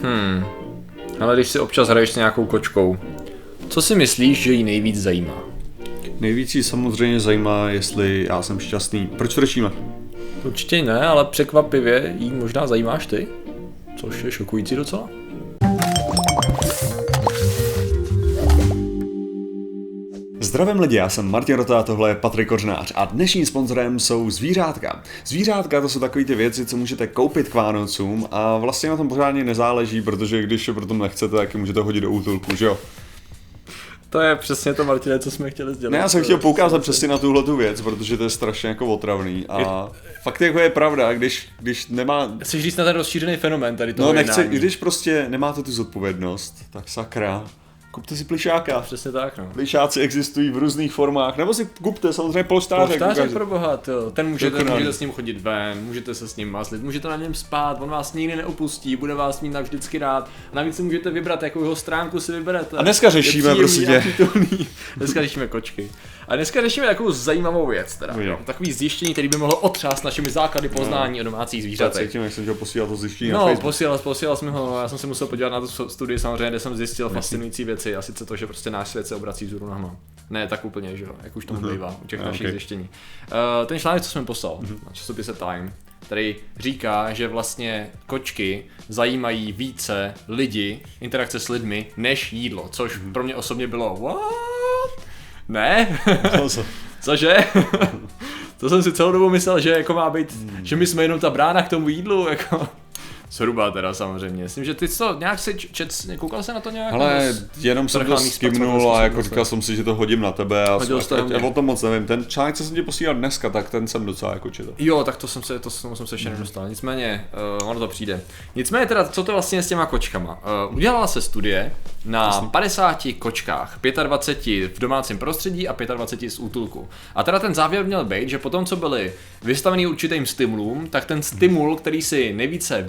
Ale když si občas hraješ s nějakou kočkou, co si myslíš, že jí nejvíc zajímá? Nejvíc jí samozřejmě zajímá, jestli já jsem šťastný. Proč řešíme? Určitě ne, ale překvapivě jí možná zajímáš ty, což je šokující docela. Zdravím lidi, já jsem Martin Rota, tohle je Patrik Kořnář a dnešním sponzorem jsou zvířátka. Zvířátka to jsou takové ty věci, co můžete koupit k Vánocům a vlastně na tom pořádně nezáleží, protože když je proto nechcete, tak je můžete hodit do útulku, že jo? To je přesně to, Martine, co jsme chtěli sdělit. Ne, já jsem chtěl poukázat přesně na tuhletu věc, protože to je strašně jako otravný a fakt jako je pravda, když nemá... Chceš říct na ten rozšířený fenomén tady toho No nechci, jednání. když prostě nemáte tu zodpovědnost, tak sakra, kupte si plišáka. Přesně tak, no. Plišáci existují v různých formách, nebo si kupte samozřejmě polštářek. Polštářek pro boha, jo. Ten můžete s ním chodit ven, můžete se s ním mazlit, můžete na něm spát, on vás nikdy neopustí, bude vás mít navždycky rád. Navíc si můžete vybrat, jakou jeho stránku si vyberete. A dneska řešíme prostě. Dneska řešíme kočky. A dneska řešíme takovou zajímavou věc, teda. Takový zjištění, který by mohlo otřást našimi základy poznání o domácích zvířatech. Cítím, jak jsem tě posílal to zjištění na Facebook. Posílal jsem ho, já jsem si musel podívat na tu studii samozřejmě, kde jsem zjistil fascinující věci, a sice to, že prostě náš svět se obrací vzhůru nohama. Ne tak úplně, že jo, jak už tomu bývá u těch našich zjištění. Ten článek, co jsem poslal na časopise Time, který říká, že vlastně kočky zajímají více lidi, interakce s lidmi, než jídlo, což pro mě osobně bylo what? Ne? Cože? To jsem si celou dobu myslel, že jako má být, že my jsme jenom ta brána k tomu jídlu, jako... Zhruba teda samozřejmě. Myslím, že ty to nějak si koukal se na to nějak? Ale jenom jsem to skimnul a jako říkal jsem si, že to hodím na tebe a o tom moc nevím. Ten článek, co jsem ti posílal dneska, tak ten jsem docela jako četl. Jo, tak to jsem se ještě nedostal. Nicméně, ono to přijde. Nicméně teda, co to vlastně s těma kočkama? Udělala se studie na 50 kočkách, 25 v domácím prostředí a 25 z útulku. A teda ten závěr měl být, že potom, co byli vystaveni určitým stimulům, tak ten stimul, který si nejvíce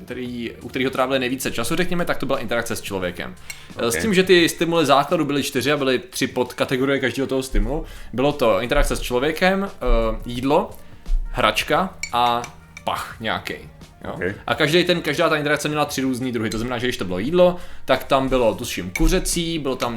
u kterého trávili nejvíce času, řekněme, tak to byla interakce s člověkem. Okay. S tím, že ty stimuly základu byly 4 a byly 3 podkategorie každého toho stimulu. Bylo to interakce s člověkem, jídlo, hračka a pach nějaký. Okay. A každá ta interakce měla 3 různý druhy, to znamená, že když to bylo jídlo, tak tam bylo tuším kuřecí, bylo tam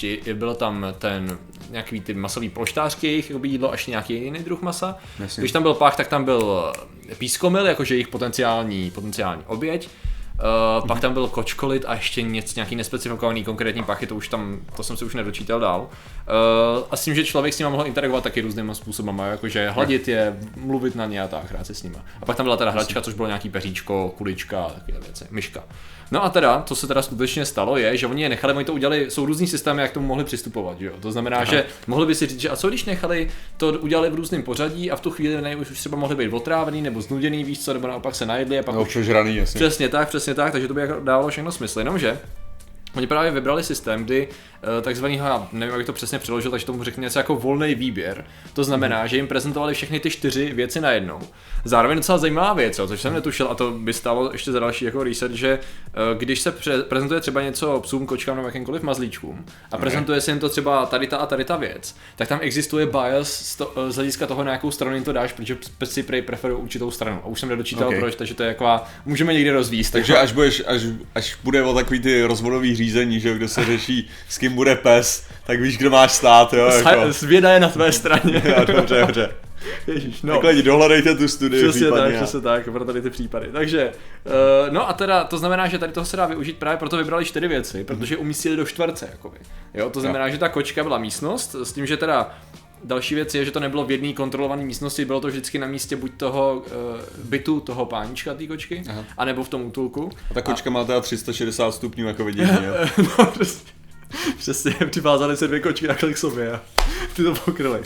nějaký ty masový polštářky, jejich jídlo a ještě nějaký jiný druh masa. Myslím. Když tam byl pach, tak tam byl pískomyl, jakože jejich potenciální oběť. Pak tam byl kočkolit a ještě nějaký nespecifikovaný konkrétní pachy, to jsem se už nedočítal dál. A s tím, že člověk s nima mohl interagovat taky různýma způsobama, jakože hladit je, mluvit na ně a tak, hrát se s nima. A pak tam byla teda hračka, což bylo nějaký peříčko, kulička a takové věci, myška. No a teda, co se teda skutečně stalo, je, že oni je nechali, oni to udělali, jsou různý systémy, jak tomu mohli přistupovat, že jo? To znamená, že mohli by si říct, že a co když nechali to udělali v různém pořadí a v tu chvíli už třeba mohli být otrávený nebo znuděný, víš co, nebo naopak se najedli a pak už přežraný, jasně. Přesně tak, takže to by dávalo všechno smysl, jenomže oni právě vybrali systém, kdy takzvaný, nevím, jak to přesně přeložil, takže tomu řekne něco jako volný výběr. To znamená, že jim prezentovali všechny ty 4 věci najednou. Zároveň docela zajímavá věc, což jsem netušil, a to by stálo ještě za další jako research, že když se prezentuje třeba něco psům, kočkám nebo jakýmkoliv mazlíčkům a prezentuje se jim to třeba tady ta věc, tak tam existuje bias z hlediska toho, na jakou stranu jim to dáš, protože si preferují určitou stranu. A už jsem nedočítal proč, takže to je jako můžeme někdy rozvíjet. Takže až bude o takový ty rozvodový řízení, že kde se řeší s kým bude pes, tak víš, kdo máš stát, jo? Jako. Zvěda je na tvé straně. Jo, dobře. Ježiš, no. Takhle dohledejte tu studii. Přesně tak, pro tady ty případy. Takže, no a teda to znamená, že tady toho se dá využít, právě proto vybrali 4 věci, protože umístili do čtverce, jakoby. Jo, to znamená, že ta kočka byla místnost, s tím, že teda další věc je, že to nebylo v jedné kontrolované místnosti, bylo to vždycky na místě buď toho bytu, toho pánička té kočky, anebo v tom útulku. A ta kočka má teda 360 stupňů jako vidění, jo? No, přesně, přivázali se 2 kočky takhle k sobě a ty to pokryli.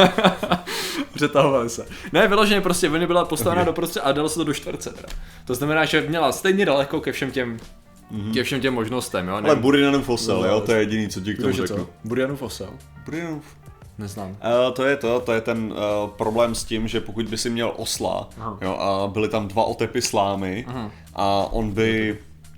Přetahovali se. Ne, vyloženě prostě, ona byla postavená doprostřed a dalo se to do čtverce teda. To znamená, že měla stejně daleko ke všem těm možnostem, jo? Ale Burrinanův osel, jo, to je jediný, co ti k tomu řeknu. Burrinanův osel? Burrinanův. Neznám. To je ten problém s tím, že pokud by si měl osla, jo, a byly tam 2 otepy slámy a on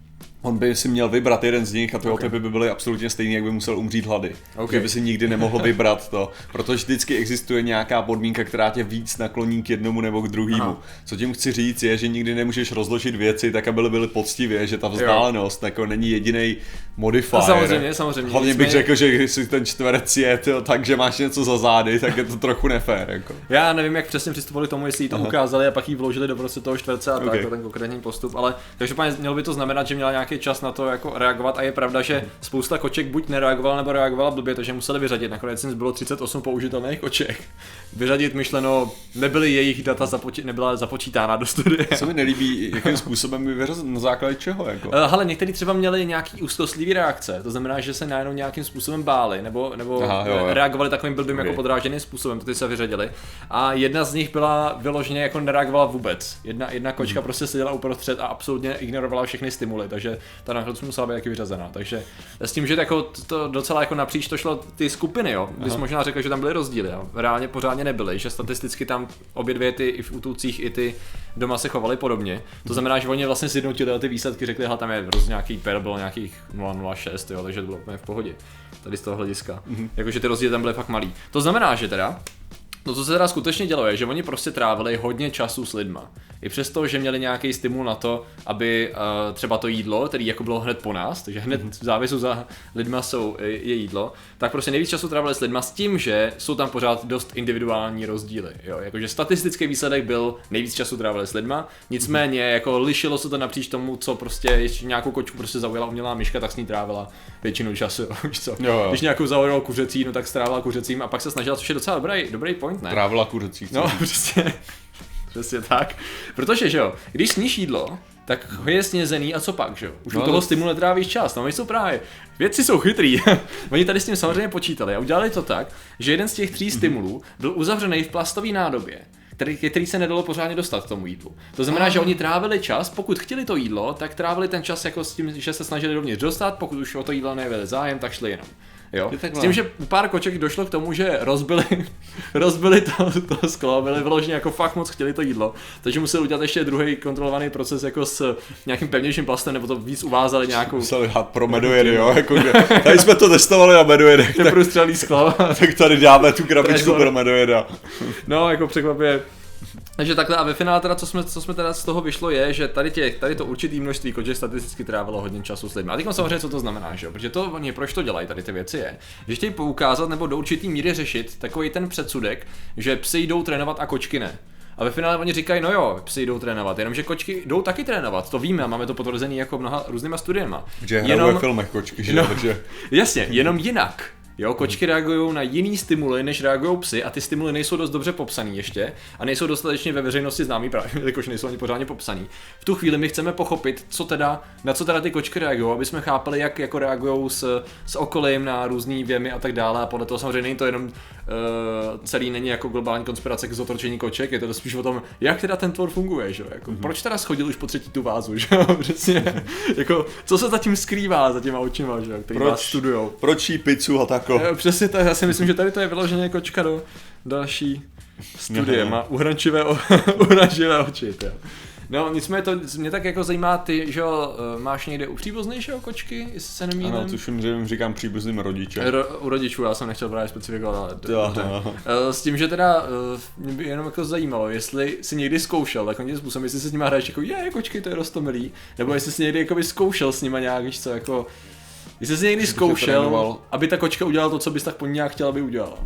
On by si měl vybrat jeden z nich a ty typy by byly absolutně stejný, jak by musel umřít hlady. Okay. Že by si nikdy nemohl vybrat to, protože vždycky existuje nějaká podmínka, která tě víc nakloní k jednomu nebo k druhému. Co tím chci říct je, že nikdy nemůžeš rozložit věci tak, aby byly poctivě, že ta vzdálenost jako není jediný modifier. Samozřejmě. Hlavně bych řekl, že když si ten čtverec je tak, že máš něco za zády, tak je to trochu nefér. Jako. Já nevím, jak přesně přistupovali k tomu, jestli jí to ukázali a pak jí vložili do prostě toho čtverce a tak, ten konkrétní postup, ale každopádně mělo by to znamenat, že měla nějaký čas na to jako reagovat a je pravda, že spousta koček buď nereagovala nebo reagovala blbě, takže museli vyřadit. Nakonec bylo 38 použitelných koček. Vyřadit myšleno, nebyly jejich data nebyla započítána do studie. Co mi nelíbí, jakým způsobem by vyřadit, na základě čeho jako? Hele, někteří třeba měli nějaký úzkostlivý reakce, to znamená, že se najednou nějakým způsobem báli nebo reagovali takovým blbým jako podráženým způsobem, to ty se vyřadili. A jedna z nich byla vyloženě jako nereagovala vůbec. Jedna kočka prostě seděla uprostřed a absolutně ignorovala všechny stimuly, takže ta nakonec musela být taky vyřazená. Takže s tím, že jako to docela jako napříč to šlo ty skupiny, jo. Ty jsi možná řekl, že tam byly rozdíly, jo. Reálně pořádně nebyly, že statisticky tam obě dvě ty i v útulcích i ty doma se chovaly podobně. To znamená, že oni vlastně sjednotili ty výsledky, řekli, hele, tam je prostě nějaký PER bylo nějakých 0,06, jo, takže to bylo úplně v pohodě. Tady z toho hlediska. Jakože ty rozdíly tam byly fakt malý. To znamená, že teda to, co se teda skutečně dělo, je, že oni prostě trávili hodně času s lidma. I přesto, že měli nějaký stimul na to, aby třeba to jídlo, který jako bylo hned po nás, takže hned v závěsu za lidma je jídlo, tak prostě nejvíc času trávili s lidma s tím, že jsou tam pořád dost individuální rozdíly. Jo? Jakože statistický výsledek byl nejvíc času trávili s lidma, nicméně jako lišilo se to napříč tomu, co prostě, ještě nějakou kočku prostě zaujala umělá myška, tak s ní trávila většinu času. Víš co? Jo. Když nějakou zaujala kuřecí, no tak strávila kuřecím a pak se snažila, což je docela dobrý point, ne? Trávila kuřecí. No, přesně tak. Protože, že jo, když sníš jídlo, tak ho je snězený a co pak, že jo? Už u toho stimulu netrávíš čas, no jsou právě. Vědci jsou chytrý. Oni tady s tím samozřejmě počítali a udělali to tak, že jeden z těch 3 stimulů byl uzavřený v plastové nádobě, který se nedalo pořádně dostat k tomu jídlu. To znamená, že oni trávili čas, pokud chtěli to jídlo, tak trávili ten čas jako s tím, že se snažili dovnitř dostat, pokud už o to jídlo nevěděli zájem, tak šli jenom. Jo? S tím, že u pár koček došlo k tomu, že rozbili to sklo, byli vyloženě jako fakt moc chtěli to jídlo, takže museli udělat ještě druhý kontrolovaný proces jako s nějakým pevnějším plastem, nebo to víc uvázali nějakou... Museli dát pro medoidy, jo, jako tady jsme to testovali na medoidech. Neprůstřelný sklo. Tak tady dáme tu krabičku pro medoida. No, jako překvapivě. Takže takhle a ve finále teda, co jsme teda z toho vyšlo je, že tady to určitý množství koček statisticky trávilo hodně času s lidmi. A teď samozřejmě co to znamená, že jo? Protože proč to dělají tady ty věci je, že chtějí poukázat nebo do určitý míry řešit takový ten předsudek, že psy jdou trénovat a kočky ne. A ve finále oni říkají, no jo, psy jdou trénovat, jenomže kočky jdou taky trénovat, to víme a máme to potvrzený jako mnoha různýma studiema. Že hrajou ve filmech kočky, že? No, jasně, jenom jinak. Jo, kočky reagují na jiný stimuly, než reagují psy a ty stimuly nejsou dost dobře popsaný ještě a nejsou dostatečně ve veřejnosti známý právě, jakož nejsou ani pořádně popsaný. V tu chvíli my chceme pochopit, na co teda ty kočky reagují, aby jsme chápali, jak jako reagují s okolím na různý věmy a tak dále a podle toho samozřejmě není to jenom celý není jako globální konspirace k zotročení koček, je to spíš o tom, jak teda ten tvor funguje, že jo, jako proč teda schodil už po 3. tu vázu, že jo, přesně, jako co se zatím skrývá za těma očima, že jo, který vás studujou. Proč jí pizzu a tak? Přesně tak, já si myslím, že tady to je vyloženě kočka do další studie, má uhrančivé oči, jo. No nicméně to mě tak jako zajímá ty, že jo, máš někde u příbuznejšího kočky, jestli se nemýlím? Ano, tuším, že jim říkám příbuzným rodiče. U rodičů, já jsem nechtěl právě specifikovat, ale s tím, že teda mě by jenom jako zajímalo, jestli si někdy zkoušel takovým způsobem, jestli se s nima hraješ jako kočky, to je rostomilý, nebo jestli si někdy jako by zkoušel s nima nějak, víš co, jako jestli jsi někdy zkoušel, aby ta kočka udělala to, co bys tak po ní nějak chtěla, aby udělala.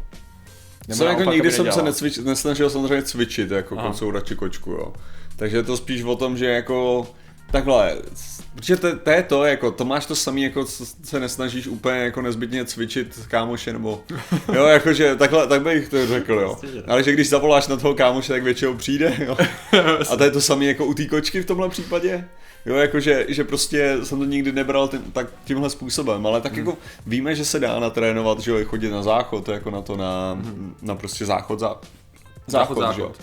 Jako nikdy jsem se nesnažil samozřejmě cvičit jako kocourači kočku, jo. Takže je to spíš o tom, že jako takhle, protože to je to, jako to máš to samý, jako se nesnažíš úplně jako nezbytně cvičit kámoše, nebo jo, jakože takhle, tak bych to řekl, jo. Ale že když zavoláš na toho kámoše, tak většinou přijde, jo. A to je to samý jako u té kočky v tomhle případě. Jo, jakože že prostě jsem to nikdy nebral tímhle způsobem, ale tak jako víme, že se dá natrénovat, že jo, chodit na záchod, jako na to na prostě záchod, že jo.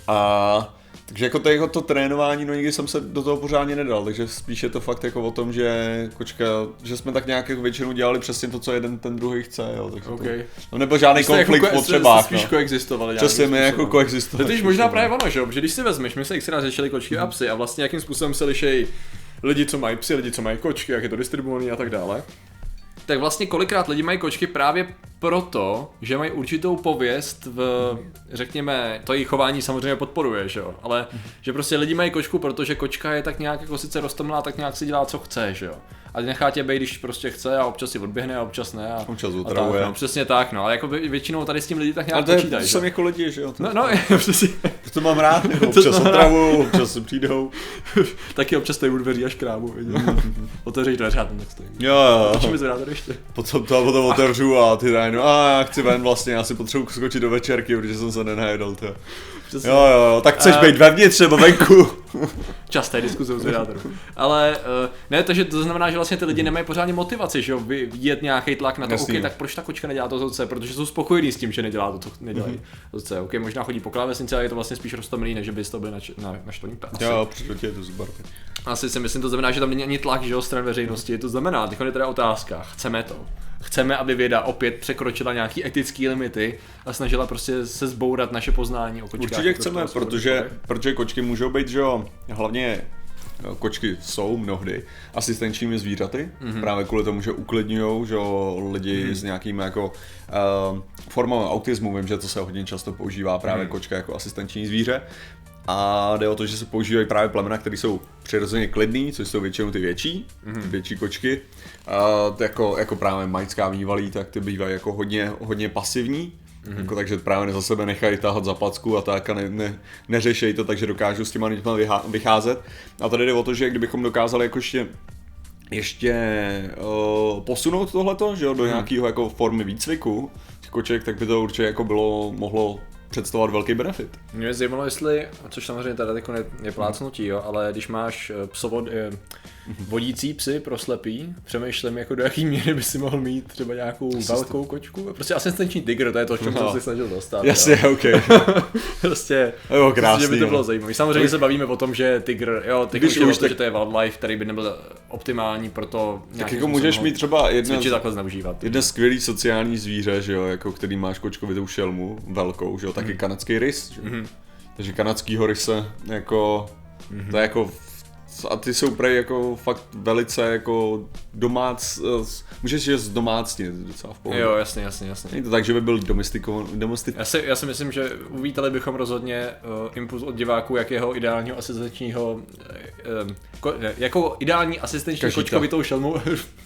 A takže jako to trénování, no nikdy jsem se do toho pořádně nedal, takže spíš je to fakt jako o tom, že kočka, že jsme tak nějak jako většinou dělali přesně to, co jeden ten druhý chce, jo, takže okay. No nebo žádný konflikt v potřebách, spíš koexistovali. Přesně my jako koexistovali. To je možná právě ono, že jo, protože když si vezmeš, my se xkrát řešili kočky a psy a vlastně jakým způsobem se lidi, co mají psy, lidi, co mají kočky, jak je to distribuovaný a tak dále. Tak vlastně kolikrát lidi mají kočky právě proto, že mají určitou pověst řekněme, to jejich chování samozřejmě podporuje, že jo, ale že prostě lidi mají kočku, protože kočka je tak nějak jako sice roztomilá, tak nějak si dělá, co chce, že jo. A nechá tě být, když prostě chce a občas si odběhne a občas ne. A občas otravuje. No, přesně tak, no, ale jako většinou tady s tím lidi tak nějak počítají. Ale to jsou jako lidi, že jo. No, přesně. To mám rád, občas otravují, občas si přijdou. Taky občas stojí u dveří až krávu, otevřeš dveře a tam tak stojí. Jo. Počíme zvedátor ještě. Potom otevřu a ty dáj, já chci ven vlastně, já si potřebuji skočit do večerky, protože jsem se nenajedl, to. Jo, tak chceš být vevnitř nebo venku. Časté diskuze o zvědátoru. Ale ne, takže to znamená, že vlastně ty lidi nemají pořádně motivaci, že jo, vyjet nějaký tlak na to, OK, tak proč ta kočka nedělá to, co chce, protože jsou spokojení s tím, že nedělá to, co nedělají. To chce, OK, možná chodí po klávesnici, ale je to vlastně spíš roztomilý, než by to byli naštvaný. Jo, přesně to super. Asi si myslím, to znamená, že tam není ani tlak, že jo, stran veřejnosti, to znamená, teď je teda otázka, chceme to. Chceme, aby věda opět překročila nějaký etické limity a snažila prostě se zbourat naše poznání o kočkách. Určitě chceme, protože kočky můžou být, že jo, hlavně kočky jsou mnohdy asistenčními zvířaty, právě kvůli tomu, že uklidňují, že jo, lidi s nějakým jako formou autismu, vím, že to se hodně často používá právě kočka jako asistenční zvíře. A jde o to, že se používají právě plemena, které jsou přirozeně klidný, což jsou většinou ty větší kočky. Jako právě majická bývalí, tak ty bývají jako hodně pasivní. Jako, takže právě za sebe nechají tahat za placku a tak a neřešejí to, takže dokážou s těma lidma vycházet. A tady jde o to, že kdybychom dokázali jako ještě posunout tohleto, že jo, do nějakého jako formy výcviku koček, tak by to určitě jako mohlo představovat velký benefit. Mě zajímalo, jestli, což samozřejmě tady jako je plácnutí, jo, ale když máš vodící psy pro slepý, přemýšlím, jako do jaký míry by si mohl mít třeba nějakou velkou kočku. Prostě asistenční tygr, to je to, o čem jsem se snažil dostat. Jasně, OK. Prostě, krásný, že by to bylo zajímavé. Samozřejmě se bavíme o tom, že tygr že to je wildlife, který by nebyl optimální pro to tak jako můžeš mít třeba jedno skvělý sociální zvíře, že jo, jako který máš kočkovitou šelmu, velkou, že jo, taky kanadský rys, že? Takže kanadskýho ryse, jako, to je jako, a ty jsou prej jako fakt velice jako můžeš je zdomácnit docela v pohodě. Jo, jasně. Není to tak, že by byl domestikovaný. Já si myslím, že uvítali bychom rozhodně impuls od diváků, jakého ideálního asistenčního, jako ideální asistenční kočkovitou šelmu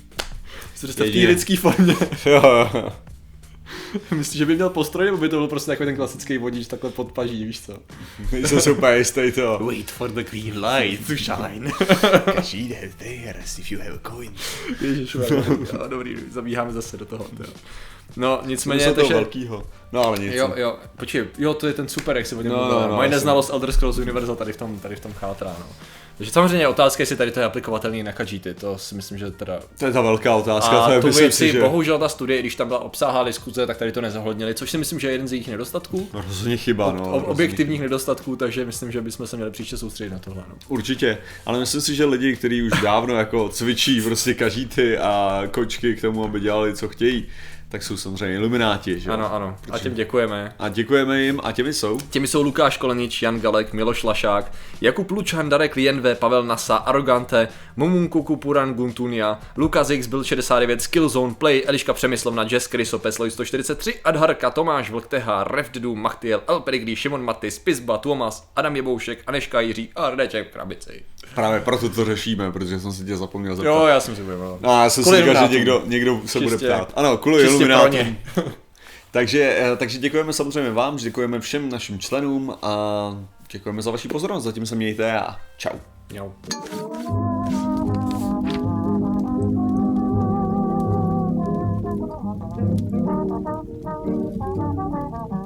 v té lidské formě. Jo. Myslíš, že by měl postroj, nebo by to byl prostě takový ten klasický vodič takhle pod paží, víš co? Nejsem se úplně jistý to. Wait for the green light to shine. She has there if you have a coin. Ježišmarja, dobrý, zabíháme zase do toho. No, nicméně, takže velkýho. No, ale nic. Jo, počkej, to je ten super, jak se o něm mluvil. Moje neznalost Elder Scrolls Universal tady v tom chátrá, no. Takže samozřejmě otázka, jestli tady to je aplikovatelný na Khajiity, to si myslím, že teda... To je ta velká otázka, a to je věci, že... bohužel ta studie, když tam byla obsáhlá diskuze, tak tady to nezohlednili, což si myslím, že je jeden z jejich nedostatků. No, rozhodně chyba, no. Objektivních nedostatků, takže myslím, že bychom se měli příště soustředit na tohle. No. Určitě, ale myslím si, že lidi, kteří už dávno jako cvičí prostě Khajiity a kočky k tomu, aby dělali, co chtějí, tak jsou samozřejmě ilumináti, že? Ano. A těm děkujeme. A děkujeme jim. A těmi jsou? Těmi jsou Lukáš Kolenič, Jan Galek, Miloš Lašák, Jakub Lučan, Darek Lienve, Pavel Nasa, Arrogante, Momunkuku Puran Guntunia, Lukas X byl 69, Skillzone Play, Eliška Přemyslovna, Jess Krysopes, Loj 143, Adharka, Tomáš Vlkteha, Revddu, Machtiel, El Perigli, Šimon Matis, Pizba, Tuomas, Adam Jeboušek, Aneška Jiří a Rdeček v krabici. Právě proto to řešíme, protože jsem si tě zapomněl zeptat. Jo, já jsem si uvědomil. No, já jsem si říkal, že někdo se bude ptát. Ano, kvůli iluminátům. takže děkujeme samozřejmě vám, děkujeme všem našim členům a děkujeme za vaši pozornost. Zatím se mějte a čau. Čau.